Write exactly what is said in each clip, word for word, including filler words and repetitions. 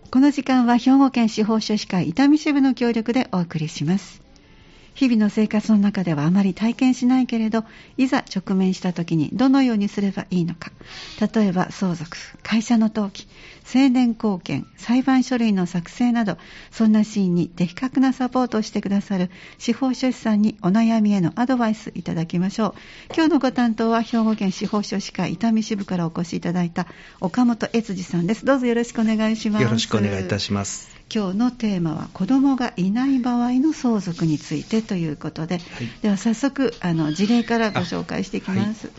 この時間は兵庫県司法書士会伊丹支部の協力でお送りします。日々の生活の中ではあまり体験しないけれど、いざ直面した時にどのようにすればいいのか。例えば相続、会社の登記、成年後見、裁判書類の作成など、そんなシーンに的確なサポートをしてくださる司法書士さんにお悩みへのアドバイスいただきましょう。今日のご担当は兵庫県司法書士会伊丹支部からお越しいただいた岡本悦司さんです。どうぞよろしくお願いします。 よろしくお願いいたします。 今日のテーマは子供がいない場合の相続についてということで、はい、では早速あの事例からご紹介していきます、はい、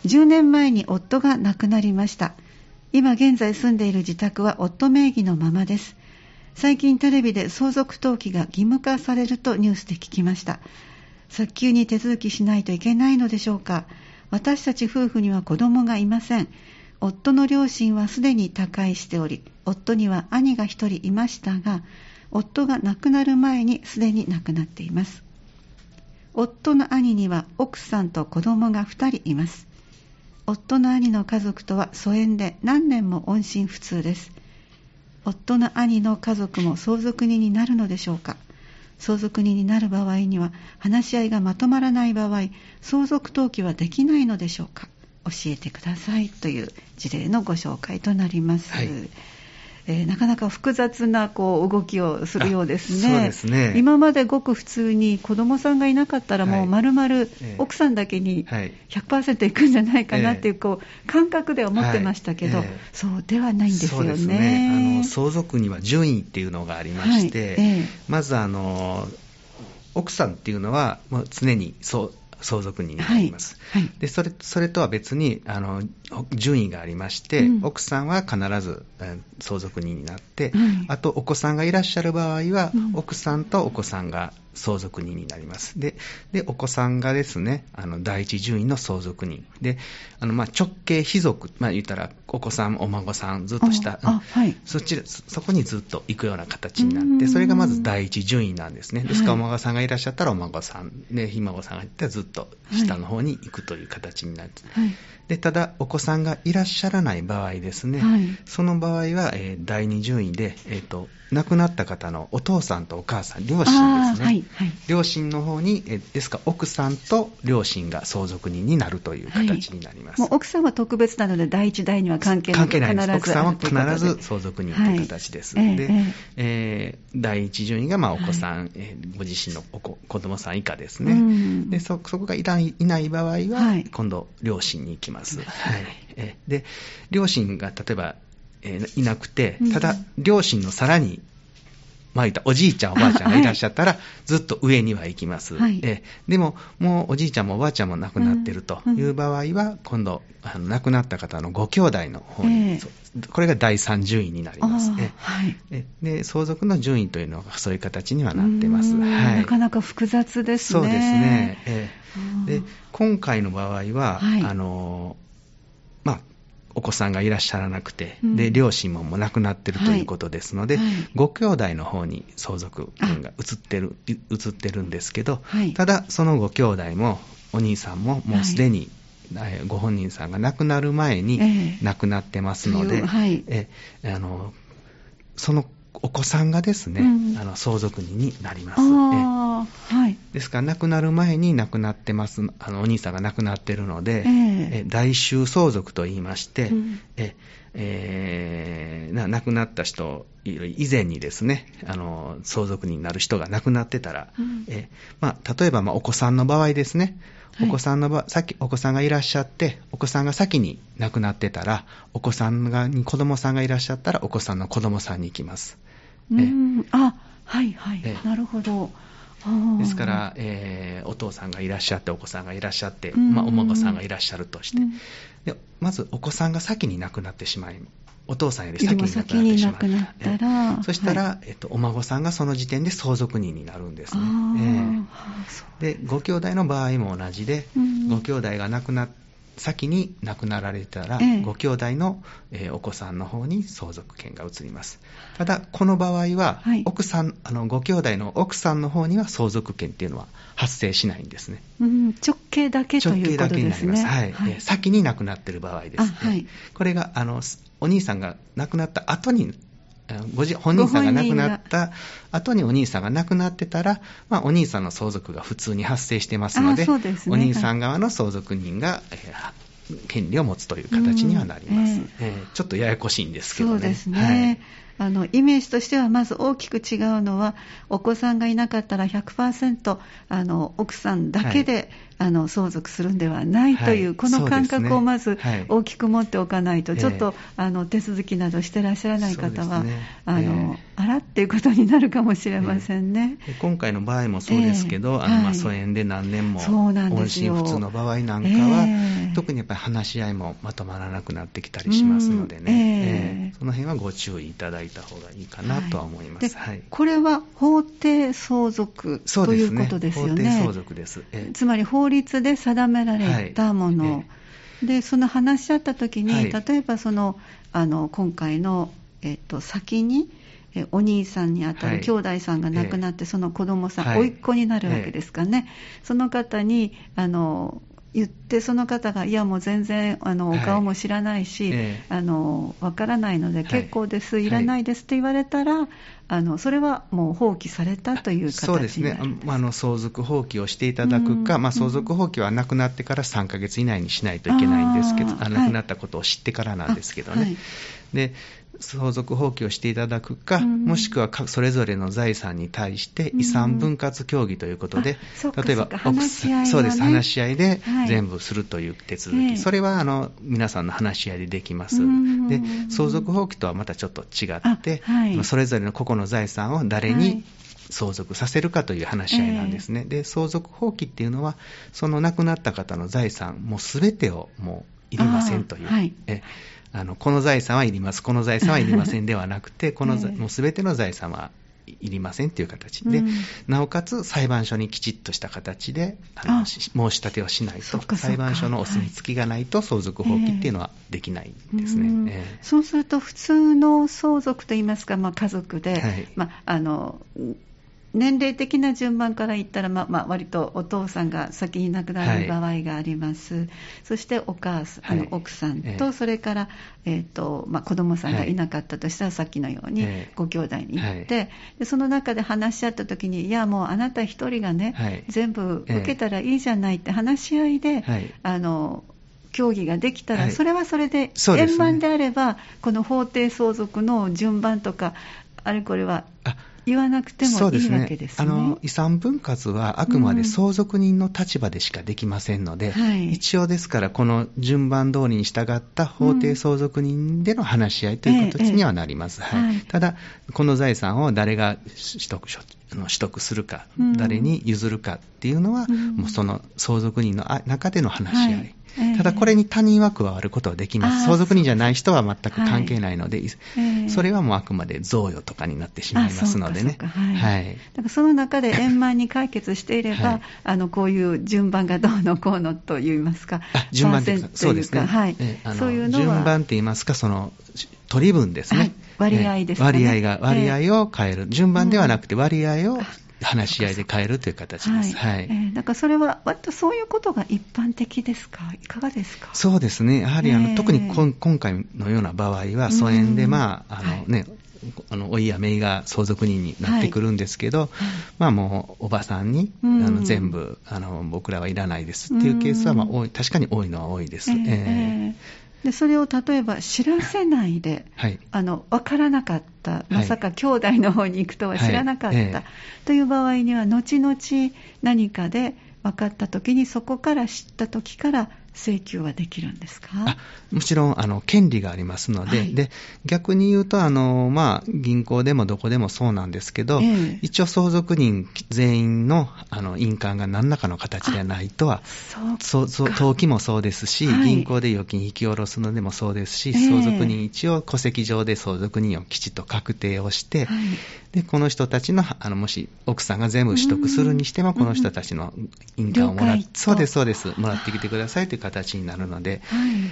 じゅうねんまえに夫が亡くなりました。今現在住んでいる自宅は夫名義のままです。最近テレビで相続登記が義務化されるとニュースで聞きました。早急に手続きしないといけないのでしょうか。私たち夫婦には子供がいません。夫の両親はすでに他界しており、夫には兄が一人いましたが、夫が亡くなる前にすでに亡くなっています。夫の兄には奥さんと子供が二人います。夫の兄の家族とは疎遠で何年も音信不通です。夫の兄の家族も相続人になるのでしょうか。相続人になる場合には、話し合いがまとまらない場合、相続登記はできないのでしょうか。教えてくださいという事例のご紹介となります、はい。えー、なかなか複雑なこう動きをするようですね。 そうですね。 今までごく普通に子供さんがいなかったらもう丸々奥さんだけに ひゃくパーセント いくんじゃないかなっていう、こう感覚で思ってましたけど、はい、えー、そうではないんですよね。 そうですね。あの相続には順位っていうのがありまして、はい、えー、まずあの奥さんっていうのはもう常にそう相続人になります、はいはい、で それ、それとは別にあの順位がありまして、うん、奥さんは必ず、えー、相続人になって、はい、あとお子さんがいらっしゃる場合は、うん、奥さんとお子さんが相続人になります。 で, でお子さんがですね、あの第一順位の相続人で、あのまあ直系卑属、まあ、言ったらお子さんお孫さんずっとした、うん、はい、そっちそこにずっと行くような形になって、それがまず第一順位なんですね。ですからお孫さんがいらっしゃったらお孫さんで、ひ孫さんがいったらずっと下の方に行くという形になる、はい、でただお子さんがいらっしゃらない場合ですね、はい、その場合は、えー、第二順位で、えーと亡くなった方のお父さんとお母さん、両親ですね、はいはい、両親の方に、えですから奥さんと両親が相続人になるという形になります、 はい、もう奥さんは特別なので第一代には関係ない、 関係ないです。奥さんは必ず相続人という形です、はい、で、えーえー、第一順位がまあお子さん、はい、えー、ご自身のお子、子供さん以下ですね、うん、で そ, そこがいない、いない場合は、はい、今度両親に行きます、はい、えー、で両親が例えばえー、いなくて、ただ両親のさらに、まあ、言ったおじいちゃんおばあちゃんがいらっしゃったら、はい、ずっと上には行きます、はい、えー、でももうおじいちゃんもおばあちゃんも亡くなっているという場合は、うんうん、今度あの亡くなった方のご兄弟の方に、えー、これがだいさん順位になります、ね、はい、で相続の順位というのがそういう形にはなってます、はい、 なかなか複雑ですね。 そうですね、えー、で今回の場合は、はい、あのまあお子さんがいらっしゃらなくて、うん、で両親ももう亡くなっているということですので、はいはい、ご兄弟の方に相続権が移ってる、移ってるんですけど、はい、ただそのご兄弟もお兄さんももうすでに、はい、ご本人さんが亡くなる前に亡くなってますので、えーはい、えあのそのお子さんがですね、うん、あの相続人になります。 あ、はい、 ですから亡くなる前に亡くなってます、あのお兄さんが亡くなっているので、えー、え代収相続と言いまして、うん、ええー、な亡くなった人以前にですね、あの相続人になる人が亡くなってたら、うん、えまあ、例えば、まあ、お子さんの場合ですね、お子さんの場、はい、さっきお子さんがいらっしゃってお子さんが先に亡くなってたら、お子さんがに子供さんがいらっしゃったらお子さんの子供さんに行きます。 うーん、あ、はいはい、なるほど。 ですから、えー、お父さんがいらっしゃってお子さんがいらっしゃって、まあ、お孫さんがいらっしゃるとして、でまずお子さんが先に亡くなってしまい、お父さんより先に亡くなってしまう、 なったら、 えー、そしたら、はい、えっと、お孫さんがその時点で相続人になるんですね、えー、でご兄弟の場合も同じで、ご兄弟が亡くなっ先に亡くなられたら、ええ、ご兄弟の、えー、お子さんの方に相続権が移ります。ただこの場合は、はい、奥さんあのご兄弟の奥さんの方には相続権っていうのは発生しないんですね、 うん、直系だけということですね。直系だけになります、 はいはい、えー、先に亡くなっている場合です、ね、はい、これがあのお兄さんが亡くなった後にごじ本人さんが亡くなった後にお兄さんが亡くなってたら、まあ、お兄さんの相続が普通に発生してますの で, そうですね、 お兄さん側の相続人が、えー、権利を持つという形にはなります、うんえーえー、ちょっとややこしいんですけどね。 そうですね、はい、あのイメージとしてはまず大きく違うのは、お子さんがいなかったら ひゃくパーセント あの奥さんだけで、はい、あの相続するんではないという、はい、この感覚をまず大きく持っておかないと、はい、ちょっと、えー、あの手続きなどしてらっしゃらない方は、ねあのえー、あらっていうことになるかもしれませんね、 えー、今回の場合もそうですけど、えーあのまあ、疎遠で何年も音信不通の場合なんかは、えー、特にやっぱり話し合いもまとまらなくなってきたりしますのでね、えーえー、その辺はご注意いただいた方がいいかなとは思います、はいはい、 これは法定相続ということですよね。 そうですね、法定相続です、えー、 つまり法律で定められたもの、はいえー、でその話し合ったときに、はい、例えばそのあの今回の、えっと、先にえお兄さんにあたる兄弟さんが亡くなって、はい、その子供さん、はい、甥っ子になるわけですかね、えー、その方にあの言って、その方がいやもう全然あのお顔も知らないし、はいえー、あのわからないので結構です、はい、いらないですって言われたら、あのそれはもう放棄されたという形になるんですか。そうですね、 あの相続放棄をしていただくか、まあ、相続放棄は亡くなってからさんかげつ以内にしないといけないんですけど、ああ亡くなったことを知ってからなんですけどね、はい、で相続放棄をしていただくか、うん、もしくはそれぞれの財産に対して遺産分割協議ということで、うん、例えば話し合い、ね、 そうです話し合いで全部するという手続き、はい、それはあの皆さんの話し合いでできます、うん、で相続放棄とはまたちょっと違って、はい、それぞれの個々の財産を誰に相続させるかという話し合いなんですね、はい、で相続放棄っていうのはその亡くなった方の財産もう全てをもういりませんという、はい、えあのこの財産はいります、この財産はいりませんではなくてこの、えー、もう全ての財産はいりませんという形で、うん、なおかつ裁判所にきちっとした形であのあ申し立てをしないと、裁判所のお墨付きがないと相続放棄っていうのはできないんですね、えーえー、そうすると普通の相続といいますか、まあ、家族で、はいまあ、あの年齢的な順番から言ったら、まあまあ、割とお父さんが先に亡くなる場合があります、はい、そしてお母さん、はい、あの奥さんと、えー、それから、えーとまあ、子供さんがいなかったとしたら、はい、さっきのようにご兄弟に行って、はい、でその中で話し合った時に、いやもうあなた一人がね、はい、全部受けたらいいじゃないって話し合いで、はい、あの協議ができたら、はい、それはそれで円満であれば、ね、この法定相続の順番とかあれこれは言わなくてもいいわけですね。 あの遺産分割はあくまで相続人の立場でしかできませんので、うんはい、一応ですからこの順番通りに従った法定相続人での話し合いという形にはなります、うんはいはい、ただこの財産を誰が取得、取得するか、うん、誰に譲るかっていうのは、うん、もうその相続人の中での話し合い、はいえー、ただこれに他人は加わることはできます。相続人じゃない人は全く関係ないので、はいえー、それはもうあくまで贈与とかになってしまいますのでね。 はいはい、だからその中で円満に解決していれば、はい、あのこういう順番がどうのこうのといいますか、 あ順番というかそうですね、はい、えー、あのそういうのは順番といいますか、その取り分ですね、はい、 割合ですかね、 割合が割合を変える、えー、順番ではなくて割合を、うん話し合いで変えるという形です。はいはいえー、だからそれは割とそういうことが一般的ですか、いかがですか。 そうですね、やはりあの、えー、特にこ今回のような場合は疎遠で、まああのね、はいあの甥や姪が相続人になってくるんですけど、はいまあ、もうおばさんに、うん、あの全部あの僕らはいらないですっていうケースは、まあ、多い確かに多いのは多いです。えーえーでそれを例えば知らせないで、はい、あの分からなかった、まさか兄弟の方に行くとは知らなかった、はいえー、という場合には後々何かで分かった時にそこから知った時から請求はできるんですか。 あもちろんあの権利がありますので、はい、で逆に言うとあの、まあ、銀行でもどこでもそうなんですけど、えー、一応相続人全員 の, あの印鑑が何らかの形でないとはそうそう登記もそうですし、はい、銀行で預金引き下ろすのでもそうですし、えー、相続人一応戸籍上で相続人をきちっと確定をして、はい、でこの人たち の, あのもし奥さんが全部取得するにしてもこの人たちの印鑑をもらってそうですそうですもらってきてくださいという形になるので、はい、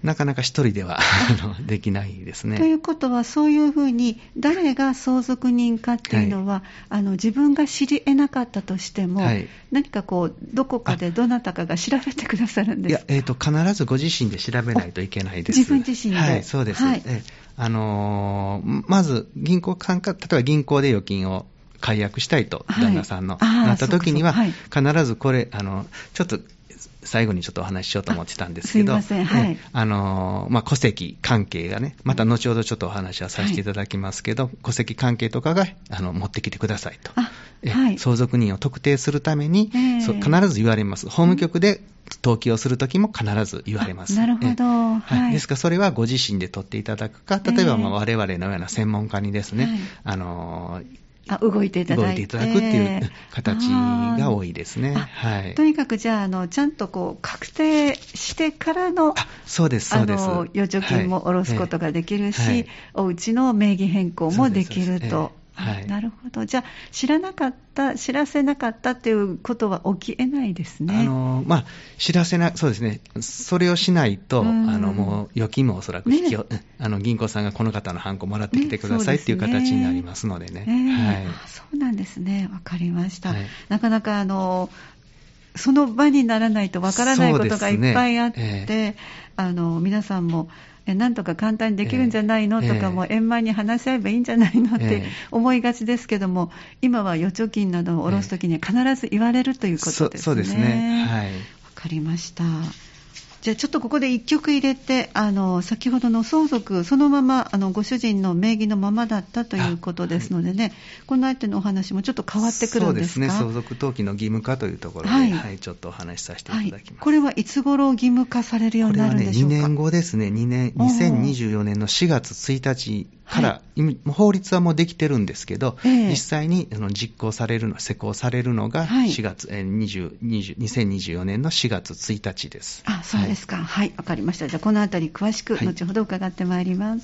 なかなか一人ではできないですね。 ということは、そういうふうに誰が相続人かっていうのは、はい、あの自分が知り得なかったとしても、はい、何かこうどこかでどなたかが調べてくださるんですか？ いや、えーと、必ずご自身で調べないといけないです。 自分自身で。 はい、そうです。はい、えあのー、まず銀行さんか、例えば銀行で預金を解約したいと、旦那さんの、はい、なった時には、はい、必ずこれ、あのちょっと最後にちょっとお話ししようと思ってたんですけど、 すいません、はい、 あのまあ、戸籍関係がね、また後ほどちょっとお話はさせていただきますけど、はい、戸籍関係とかがあの持ってきてくださいと、はい、相続人を特定するために、えー、そう必ず言われます。法務局で登記をするときも必ず言われます。 なるほど、 はい、ですからそれはご自身で取っていただくか、例えばまあ我々のような専門家にですね、はい、あのあ動いていただいて動いていただくっていう形が多いですね。はい、 とにかくじゃあ、あのちゃんとこう確定してからの、 あそうですそうです、 あの預貯金も下ろすことができるし、はい、お家の名義変更もできると。はい、なるほど。じゃあ知らなかった知らせなかったっていうことは起きえないですね。 あの、まあ、知らせなそうですね。それをしないと、あのもう預金もおそらく引き、ね、あの銀行さんがこの方のハンコもらってきてください、ね、っていう形になりますのでね。 ねはい、 あそうなんですね。わかりました。はい、なかなかあのその場にならないとわからないことがいっぱいあって、ねえー、あの皆さんもなんとか簡単にできるんじゃないの、えー、とかも円満に話し合えばいいんじゃないのって思いがちですけども、今は預貯金などを下ろすときに必ず言われるということですね。 そ, そうですね。はい。わかりました。じゃあちょっとここでいっきょく入れて、あの先ほどの相続そのままあのご主人の名義のままだったということですのでね、はい、この後のお話もちょっと変わってくるんですか？ そうですね。相続登記の義務化というところで、はいはい、ちょっとお話しさせていただきます、はい、 これはいつ頃義務化されるようになるんでしょうか？ これはね、にねんごですね。にねんにせんにじゅうよねんのしがつついたちから、はい、法律はもうできてるんですけど、えー、実際にあの実行されるの施行されるのがしがつ、はい、えー、にじゅう にじゅうにせんにじゅうよねんのしがつついたちです。 あ、そうですか。はい、わ、はい、かりました。じゃあこのあたり詳しく後ほど伺ってまいります。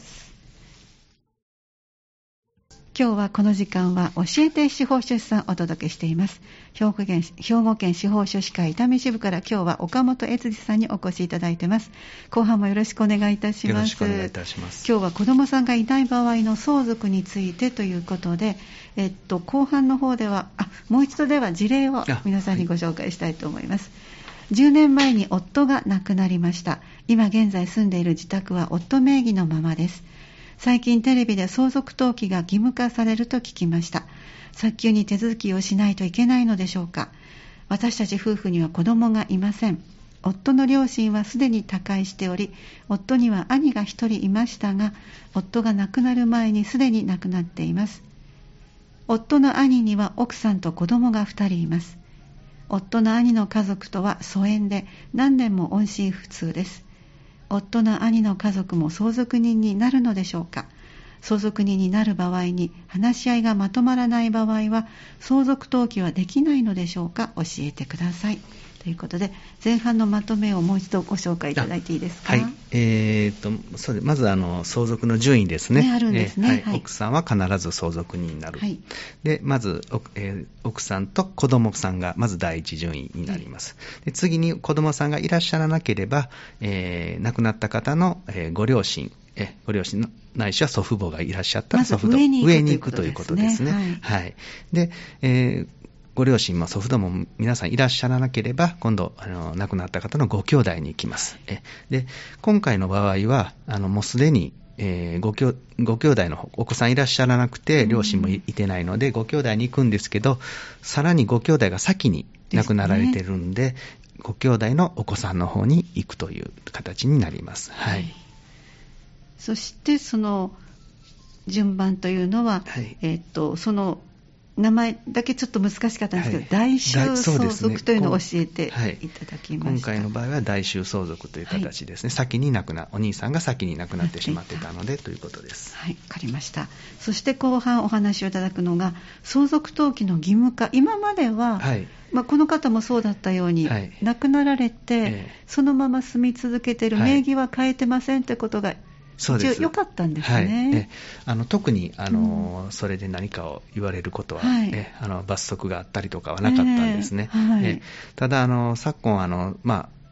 はい、今日はこの時間は教えて司法書士さんをお届けしています。兵庫県、兵庫県司法書士会伊丹支部から今日は岡本悦司さんにお越しいただいています。後半もよろしくお願いいたします。よろしくお願いいたします。今日は子どもさんがいない場合の相続についてということで、えっと、後半の方ではあもう一度では事例を皆さんにご紹介したいと思います。じゅうねんまえに夫が亡くなりました。今現在住んでいる自宅は夫名義のままです。最近テレビで相続登記が義務化されると聞きました。早急に手続きをしないといけないのでしょうか。私たち夫婦には子供がいません。夫の両親はすでに他界しており、夫には兄が一人いましたが、夫が亡くなる前にすでに亡くなっています。夫の兄には奥さんと子供が二人います。夫の兄の家族とは疎遠で何年も音信不通です。夫の兄の家族も相続人になるのでしょうか。相続人になる場合に話し合いがまとまらない場合は相続登記はできないのでしょうか。教えてください。ということで前半のまとめをもう一度ご紹介いただいていいですか？ はい、えー、とそれまずあの相続の順位ですね。 ねあるんですね。 えーはいはい、奥さんは必ず相続人になる。はい、でまず、えー、奥さんと子供さんがまず第一順位になります。はい、で次に子供さんがいらっしゃらなければ、えー、亡くなった方の、えー、ご両親えご両親のないしは祖父母がいらっしゃったら祖父母、 ま、上に行くということですね。はい、はい、で、えーご両親も祖父母も皆さんいらっしゃらなければ今度あの亡くなった方のご兄弟に行きます。えで今回の場合はあのもうすでに、えー、ご, 兄ご兄弟のお子さんいらっしゃらなくて両親も い,、うん、いてないのでご兄弟に行くんですけど、さらにご兄弟が先に亡くなられてるん で, で、ね、ご兄弟のお子さんの方に行くという形になります。はい、 そしてその順番というのは、はい、えー、っとその名前だけちょっと難しかったんですけど、はい、代収相続というのを教えていただきました。はい、 今回の場合は代収相続という形ですね。はい、先に亡くなお兄さんが先に亡くなってしまってたのでということです。 はい、わかりました。そして後半お話をいただくのが相続登記の義務化。今までは、はい、まあ、この方もそうだったように、はい、亡くなられて、えー、そのまま住み続けている、名義は変えてませんということがそうです。 良かったんですね。はい、 えあの特にあの、うん、それで何かを言われることは、はい、えあの罰則があったりとかはなかったんですね。えーはい、えただあの昨今あの、まあ、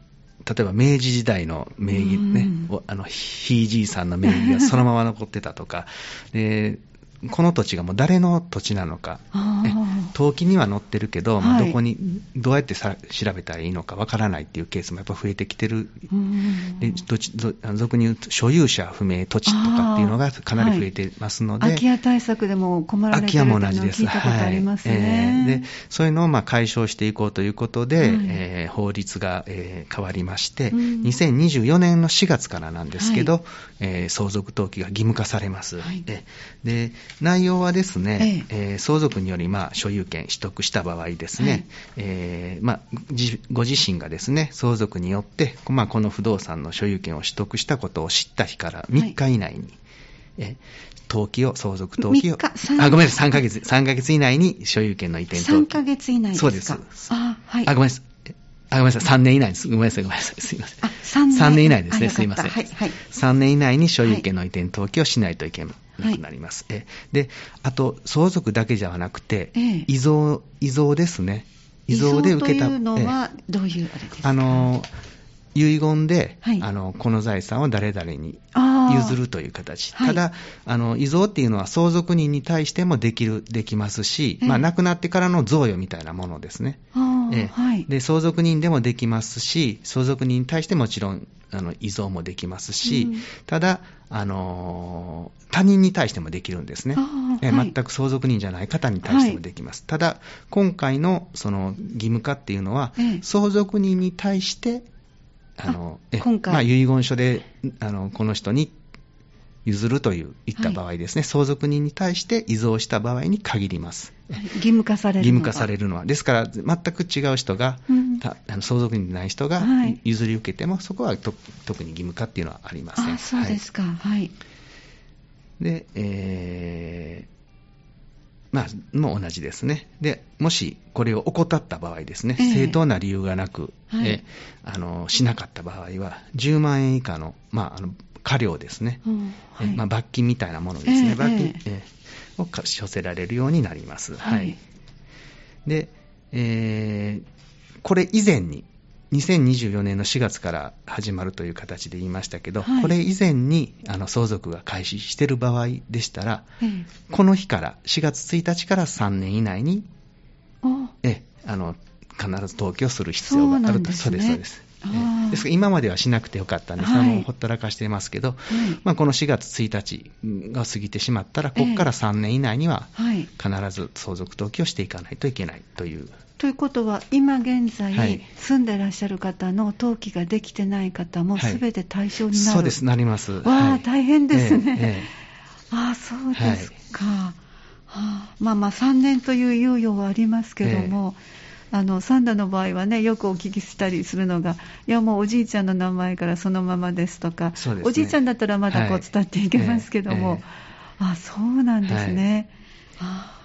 例えば明治時代の名義ね、あのひいじいさんの名義がそのまま残ってたとか、でこの土地がもう誰の土地なのか、登記には載ってるけど、はい、まあ、どこにどうやってさ調べたらいいのかわからないっていうケースもやっぱ増えてきてる。で土地俗に言うと所有者不明土地とかっていうのがかなり増えてますので、 はい、空き家対策でも困られてるっていうのを聞いたことありますね。 はい、えー、でそういうのをまあ解消していこうということで、はい、えー、法律が、えー、変わりまして、うん、にせんにじゅうよねんのしがつからなんですけど、はい、えー、相続登記が義務化されます。はい、で内容はですね、えええー、相続によりまあ所有権取得した場合ですね、はい、えーまあ、ご自身がですね相続によって、まあ、この不動産の所有権を取得したことを知った日からみっか以内に、はい、え登記を相続登記をあごめんなさいさんかげつさんかげつ以内に所有権の移転登記さんかげつ以内ですか。 そうです。 あ、はい、 あごめんなさいあごめんなさいさんねん以内です。ごめんなさいごめんなさいすいません。あ さん, さんねん以内ですね。すいません、はいはい、さんねん以内に所有権の移転登記をしないといけない。なくなります。はい、えであと相続だけじゃなくて、ええ、遺贈遺贈ですね。遺贈で受けた。 遺贈というのはどういうあれですか。 あの遺言で、はい、あのこの財産を誰々に譲るという形。ただ、はい、あの遺贈っていうのは相続人に対してもできるできますし、えまあ、亡くなってからの贈与みたいなものですね。えはい、で相続人でもできますし、相続人に対してもちろんあの遺贈もできますし、うん、ただ、あのー、他人に対してもできるんですね。え、はい、全く相続人じゃない方に対してもできます。はい、ただ今回のその義務化っていうのは、ええ、相続人に対してあのあえ今回、まあ、遺言書であのこの人に譲るといういった場合ですね、はい、相続人に対して遺贈した場合に限ります。 はい、義務化されるのは義務化されるのはですから全く違う人が、うん、たあの相続人でない人が譲り受けても、はい、そこはと特に義務化っていうのはありません。 あ、そうですか。はい。 で、えー、まあもう同じですね。でもしこれを怠った場合ですね、えー、正当な理由がなく、はい、えあのしなかった場合はじゅうまんえん以下の、まあ、あの過料ですね、うんはい、えまあ、罰金みたいなものですね、えー、罰金、えー、を処せられるようになります。はいはい、で、えー、これ以前ににせんにじゅうよねんのしがつから始まるという形で言いましたけど、はい、これ以前にあの相続が開始している場合でしたら、えー、この日からしがつついたちからさんねん以内にえあの必ず登記をする必要があると。そうです、そうです。ですから今まではしなくてよかったんです、はい、あのほったらかしていますけど、はいまあ、このしがつついたちが過ぎてしまったら、ここからさんねん以内には必ず相続登記をしていかないといけないという。 ということは、今現在、はい、住んでいらっしゃる方の登記ができてない方もすべて対象になる、はい、 そうです、なります。 わあ、はい、大変ですね。ええー、ああ、そうですか。はいはあ、まあまあさんねんという猶予はありますけども、えーあのサンダの場合はね、よくお聞きしたりするのが、いやもうおじいちゃんの名前からそのままですとか、そうですね、おじいちゃんだったらまだこう伝っていけますけども、はいえーえー、あ、そうなんですね。はい、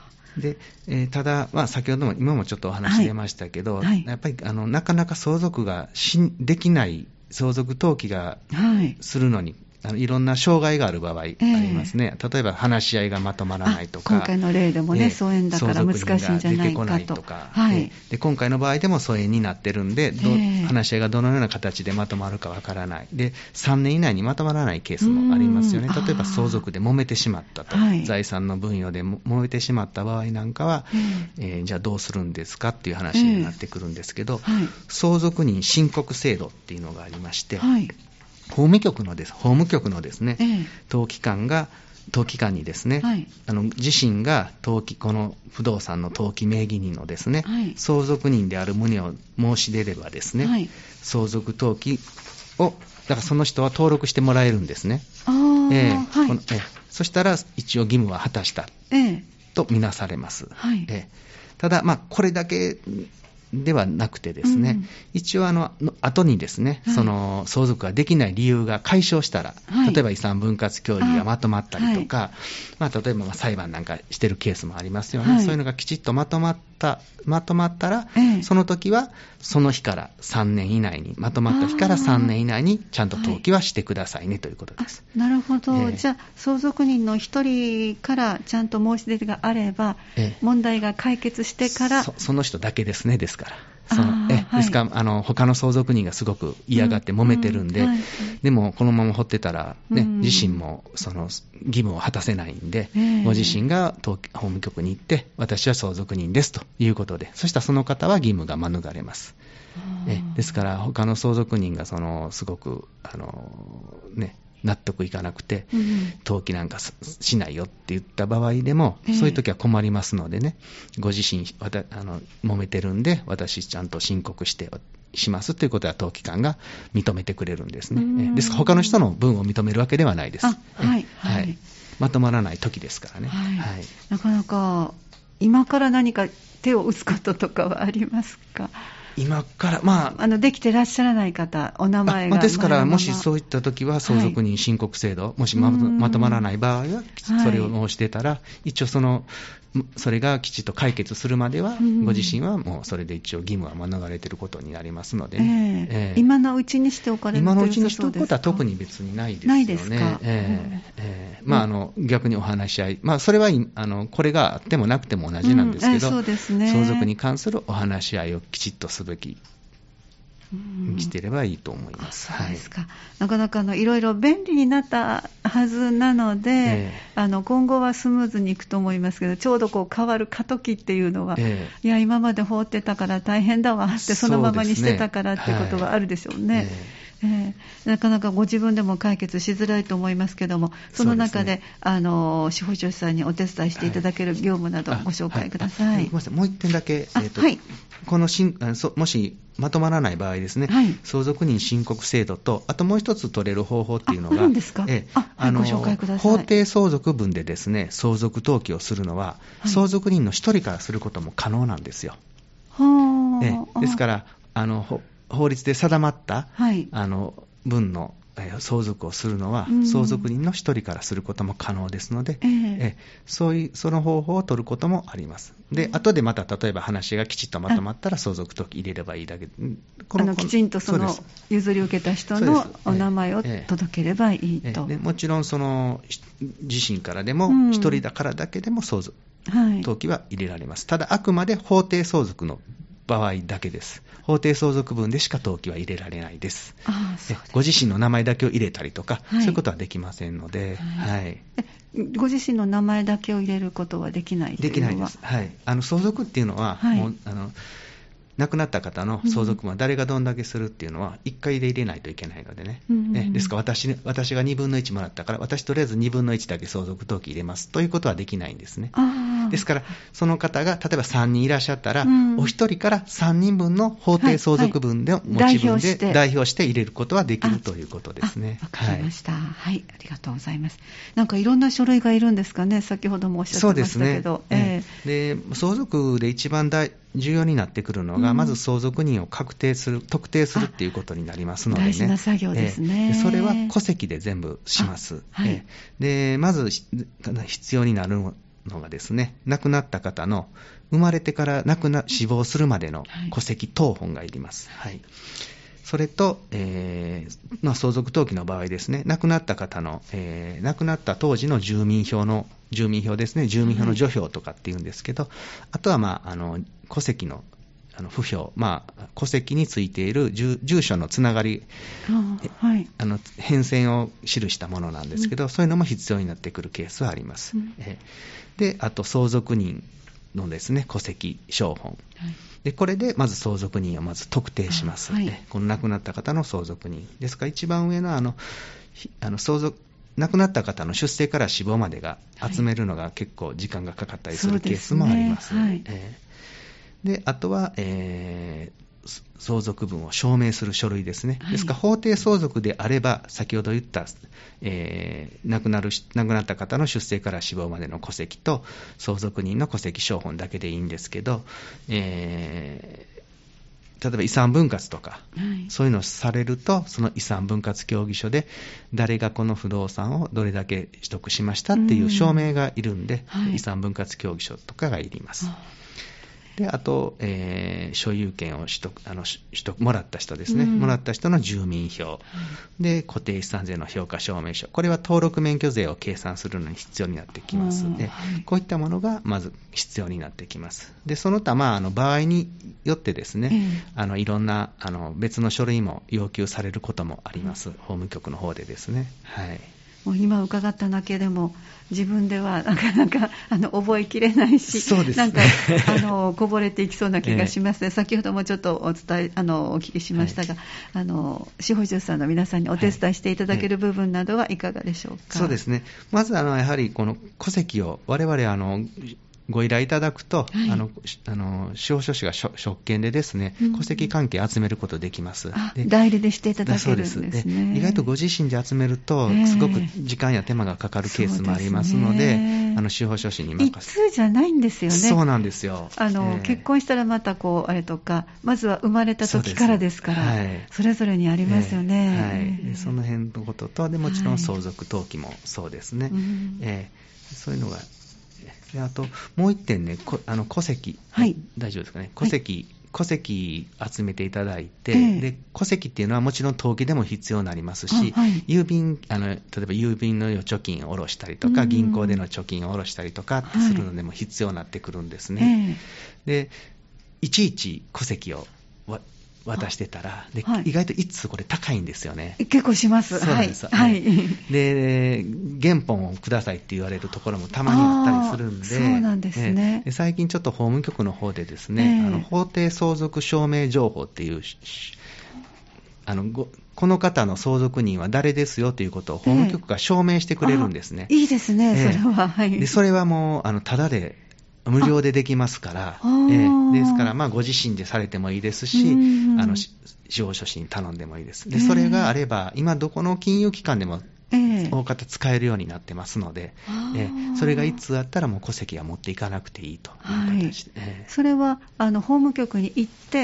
でえー、ただ、まあ、先ほども今もちょっとお話出ましたけど、はいはい、やっぱりあのなかなか相続がしできない相続登記がするのに、はいあのいろんな障害がある場合ありますね、えー、例えば話し合いがまとまらないとか、 今回の例でもね、えー、疎遠だから難しいんじゃないかととか、はい、で今回の場合でも疎遠になってるんで、ど、えー、話し合いがどのような形でまとまるかわからないで、さんねん以内にまとまらないケースもありますよね。例えば相続で揉めてしまったと、はい、財産の分与で揉めてしまった場合なんかは、えーえー、じゃあどうするんですかっていう話になってくるんですけど、えーはい、相続人申告制度っていうのがありまして、はい法務局のです、法務局のですね、ええ、登記官が、登記官にですね、はい、あの自身が登記、この不動産の登記名義人のですね、はい、相続人である旨を申し出ればですね、はい、相続登記を、だからその人は登録してもらえるんですね。あえーはいこのえー、そしたら一応義務は果たした、え、とみなされます。はいえー、ただ、まあ、これだけではなくてですね、うん、一応あの後にですね、はい、その相続ができない理由が解消したら、はい、例えば遺産分割協議がまとまったりとか、はいまあ、例えばまあ裁判なんかしてるケースもありますよね、はい、そういうのがきちっとまとまったまとまったら、ええ、その時はその日からさんねん以内に、まとまった日からさんねん以内にちゃんと登記はしてくださいね、はい、ということです。 なるほど、えー、じゃあ相続人の一人からちゃんと申し出があれば、えー、問題が解決してからそ, その人だけですね。ですからそのえ、はい、ですからあの他の相続人がすごく嫌がって揉めてるんで、うんうんはい、でもこのまま放ってたら、ね、うん、自身もその義務を果たせないんで、えー、ご自身が法務局に行って私は相続人ですということで、そしたらその方は義務が免れます。えですから他の相続人がそのすごくあの、ね、納得いかなくて、うん、登記なんかしないよって言った場合でも、えー、そういう時は困りますのでね、ご自身わたあの揉めてるんで私ちゃんと申告してしますということは登記官が認めてくれるんですね。えー、ですから他の人の分を認めるわけではないです。 はいはいはい、 まとまらない時ですからね、 はいはい、なかなか今から何か手を打つこととかはありますか？ 今から、まあ、 あのできてらっしゃらない方、お名前が、 まあ、ですから、もしそういったときは、相続人申告制度、はい、もし ま, まとまらない場合は、それを申してたら、はい、一応その、それがきちっと解決するまでは、ご自身はもうそれで一応義務は免れていることになりますので、ね、 えーえー、今のうちにしておかれる今のうちにしておくことは特に別にないですよね。 ないですか。 えーえーまあ、あの逆にお話し合い、まあ、それはあのこれがあってもなくても同じなんですけど、 うんえーそうですね、 相続に関するお話し合いをきちっとすべきしていればいいと思います。 そうですか。はい、なかなかあのいろいろ便利になったはずなので、えー、あの今後はスムーズにいくと思いますけど、ちょうどこう変わる過渡期っていうのは、えー、いや今まで放ってたから大変だわってそのままにしてたからってことがあるでしょうね。えー、なかなかご自分でも解決しづらいと思いますけども、その中 で, で、ね、あの司法書士さんにお手伝いしていただける業務などご紹介ください。はいはい、 ごめんなさい、もう一点だけ、えーとはい、このしんもしまとまらない場合ですね、はい、相続人申告制度と、あともう一つ取れる方法っていうのが、あるんですか？えー、あ、あの、はい、ご紹介ください。法定相続分でですね、相続登記をするのは、はい、相続人の一人からすることも可能なんですよ。はえー、ですからあの法律で定まった、はい、あの分の相続をするのは、うん、相続人の一人からすることも可能ですので、えー、えそういうその方法を取ることもあります。で、後でまた例えば話がきちっとまとまったら相続登記入れればいいだけ。 このあのきちんとその譲り受けた人のお名前を届ければいいと。えーえー、でもちろんその自身からでも一人だからだけでも相続登記は入れられます。はい、ただあくまで法定相続の場合だけです。法定相続分でしか登記は入れられないです。ああ、そうです。ご自身の名前だけを入れたりとか、はい、そういうことはできませんので、はいはい、 ご自身の名前だけを入れることはできないというのは？ できないです。はい、あの相続っていうのは、はい、もうあの亡くなった方の相続分は誰がどんだけするっていうのは、いっかいで入れないといけないのでね。うん、えですから 私, 私がにぶんのいちもらったから、私とりあえずにぶんのいちだけ相続登記入れますということはできないんですね。あですから、その方が例えばさんにんいらっしゃったら、うん、お一人からさんにんぶんの法定相続分で、はいはい、持ち分で代表して入れることはできるということですね。 わかりました、はい。はい、ありがとうございます。なんかいろんな書類がいるんですかね、先ほどもおっしゃってましたけど。 そうですね。えー、で相続で一番大重要になってくるのが、うん、まず相続人を確定する、特定するっていうことになりますのでね。 大事な作業ですね。 えー、それは戸籍で全部します。はい、えー、でまず必要になるのがですね、亡くなった方の生まれてから亡くな死亡するまでの戸籍謄本がいります。はいはい、それと、えーまあ、相続登記の場合ですね、亡くなった方の、えー、亡くなった当時の住民票の住民票ですね、住民票の序票とかっていうんですけど、はい、あとは、まあ、あの戸籍のあの不評、まあ、戸籍についている 住, 住所のつながり、あ、はい、あの変遷を記したものなんですけど、うん、そういうのも必要になってくるケースはあります。うん、えであと相続人のですね、戸籍証本、はい、でこれでまず相続人をまず特定します。はい、この亡くなった方の相続人ですから、一番上のあのあの相続亡くなった方の出生から死亡までが集めるのが結構時間がかかったりするケースもあります。はい、えーであとは、えー、相続分を証明する書類ですね。はい、ですから法定相続であれば、先ほど言った、えー、亡くなる亡くなった方の出生から死亡までの戸籍と相続人の戸籍証本だけでいいんですけど、えー、例えば遺産分割とか、はい、そういうのをされると、その遺産分割協議書で誰がこの不動産をどれだけ取得しましたっていう証明がいるんで、はい、遺産分割協議書とかがいります。 であと、えー、所有権を取得、あの取得もらった人ですね、うん、もらった人の住民票、うん、で固定資産税の評価証明書、これは登録免許税を計算するのに必要になってきますので、うん、こういったものがまず必要になってきます。でその他、まあ、あの場合によってですね、うん、あのいろんなあの別の書類も要求されることもあります、うん、法務局の方でですね。はい、 もう今伺っただけでも自分ではなかなかあの覚えきれないし、 そうですね、 なんかあのこぼれていきそうな気がしますね、えー、先ほどもちょっとお伝えあのお聞きしましたが、はい、あの司法書士さんの皆さんにお手伝いしていただける部分などはいかがでしょうか。はい、 そうですね、まずあのやはりこの戸籍を我々あのご依頼いただくと、はい、あのあの司法書士が職権でですね、うん、戸籍関係集めることできます。 で代理でしていただけるんですね。 ですで意外とご自身で集めると、えー、すごく時間や手間がかかるケースもありますので、ね、あの司法書士に任せ一通じゃないんですよね。 そうなんですよ。 あの、えー、結婚したらまたこうあれとか、まずは生まれた時からですから、はい、それぞれにありますよね。 えーはい、でその辺のことと、でもちろん相続登記もそうですね。はい、えー、そういうのがであともう一点ね、こあの戸籍、はい、大丈夫ですかね、戸籍、はい、戸籍集めていただいて、えー、で戸籍っていうのはもちろん登記でも必要になりますし、はい、郵便あの例えば郵便の預貯金を下ろしたりとか、銀行での貯金を下ろしたりとかってするのでも必要になってくるんですね。はい、でいちいち戸籍を渡してたらで、はい、意外と一通これ高いんですよね。 結構します。 そうなんです、はい、で原本をくださいって言われるところもたまにあったりするんで、 そうなんですね。 で最近ちょっと法務局の方でですね、えー、あの法定相続証明情報っていうあのごこの方の相続人は誰ですよということを法務局が証明してくれるんですね。 えー、いいですね、それは。はい、 でそれはもうあのタダで無料でできますから、えー、ですから、まあ、ご自身でされてもいいですし、あの司法書士に頼んでもいいです。で、それがあれば、今どこの金融機関でも大方使えるようになってますので、えー、それがいつあったらもう戸籍は持っていかなくていいという形で、はい、えー、 それはあの法務局に行って、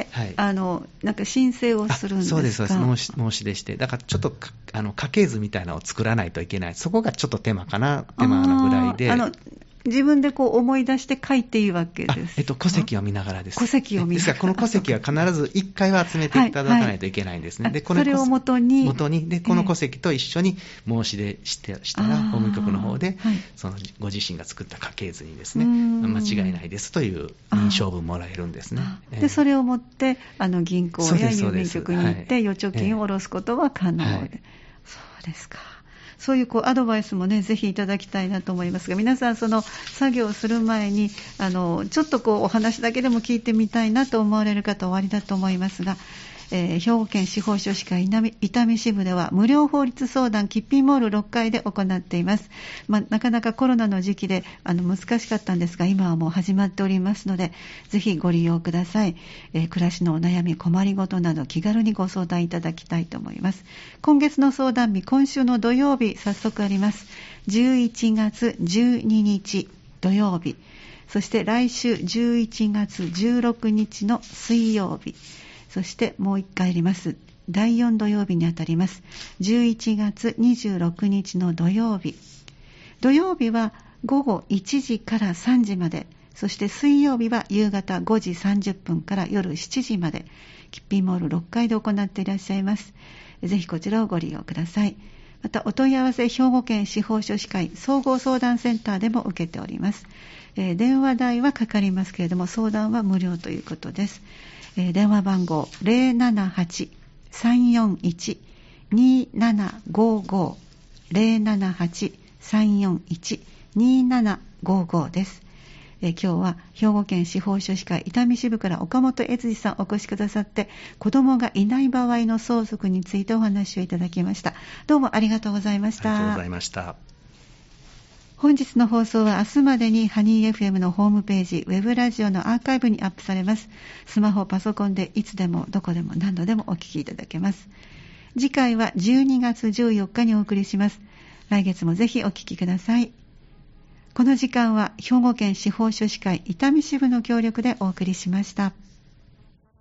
はい、あのなんか申請をするんですか。 そうです、そうです、申し、申し出して、だからちょっとあの家系図みたいなのを作らないといけない、そこがちょっと手間かな、手間なぐらいで。 あの自分でこう思い出して書いていいわけですか。 えっと、戸籍を見ながらです。 戸籍を見ながら。 ですから、この戸籍は必ずいっかいは集めていただかないといけないんですね。はいはい、でこのそれを元に。 元に。で、この戸籍と一緒に申し出してしたら、法務局の方で、はい、そのご自身が作った家系図にですね、間違いないですという認証文もらえるんですね。 で、えー、それを持って、あの銀行や郵便局に行って、預貯金を下ろすことは可能で。はい、そうですか。そういうこうアドバイスもね、ぜひいただきたいなと思いますが、皆さんその作業をする前にあのちょっとこうお話だけでも聞いてみたいなと思われる方おありだと思いますが、えー、兵庫県司法書士会伊丹支部では無料法律相談キッピーモールろっかいで行っています。まあ、なかなかコロナの時期であの難しかったんですが、今はもう始まっておりますので、ぜひご利用ください。えー、暮らしのお悩み、困りごとなど気軽にご相談いただきたいと思います。今月の相談日、今週の土曜日、早速あります。じゅういちがつじゅうににち土曜日、そして来週じゅういちがつじゅうろくにちの水曜日、そしてもういっかいありますだいよん土曜日にあたりますじゅういちがつにじゅうろくにちの土曜日。土曜日はごごいちじからさんじまで、そして水曜日は夕方ごじさんじゅっぷんから夜しちじまで、キッピーモールろっかいで行っていらっしゃいます。ぜひこちらをご利用ください。またお問い合わせ、兵庫県司法書士会総合相談センターでも受けております。えー、電話代はかかりますけれども、相談は無料ということです。えー、電話番号 ゼロななはち さんよんいち にーななごーごー ゼロななはち さんよんいち にーななごーごー です。えー、今日は兵庫県司法書士会伊丹支部から岡本悦司さんお越しくださって、子供がいない場合の相続についてお話をいただきました。どうもありがとうございました。 ありがとうございました。 本日の放送は明日までにハニー エフエム のホームページ、ウェブラジオのアーカイブにアップされます。スマホ、パソコンでいつでもどこでも何度でもお聞きいただけます。次回はじゅうにがつじゅうよっかにお送りします。来月もぜひお聞きください。この時間は兵庫県司法書士会伊丹支部の協力でお送りしました。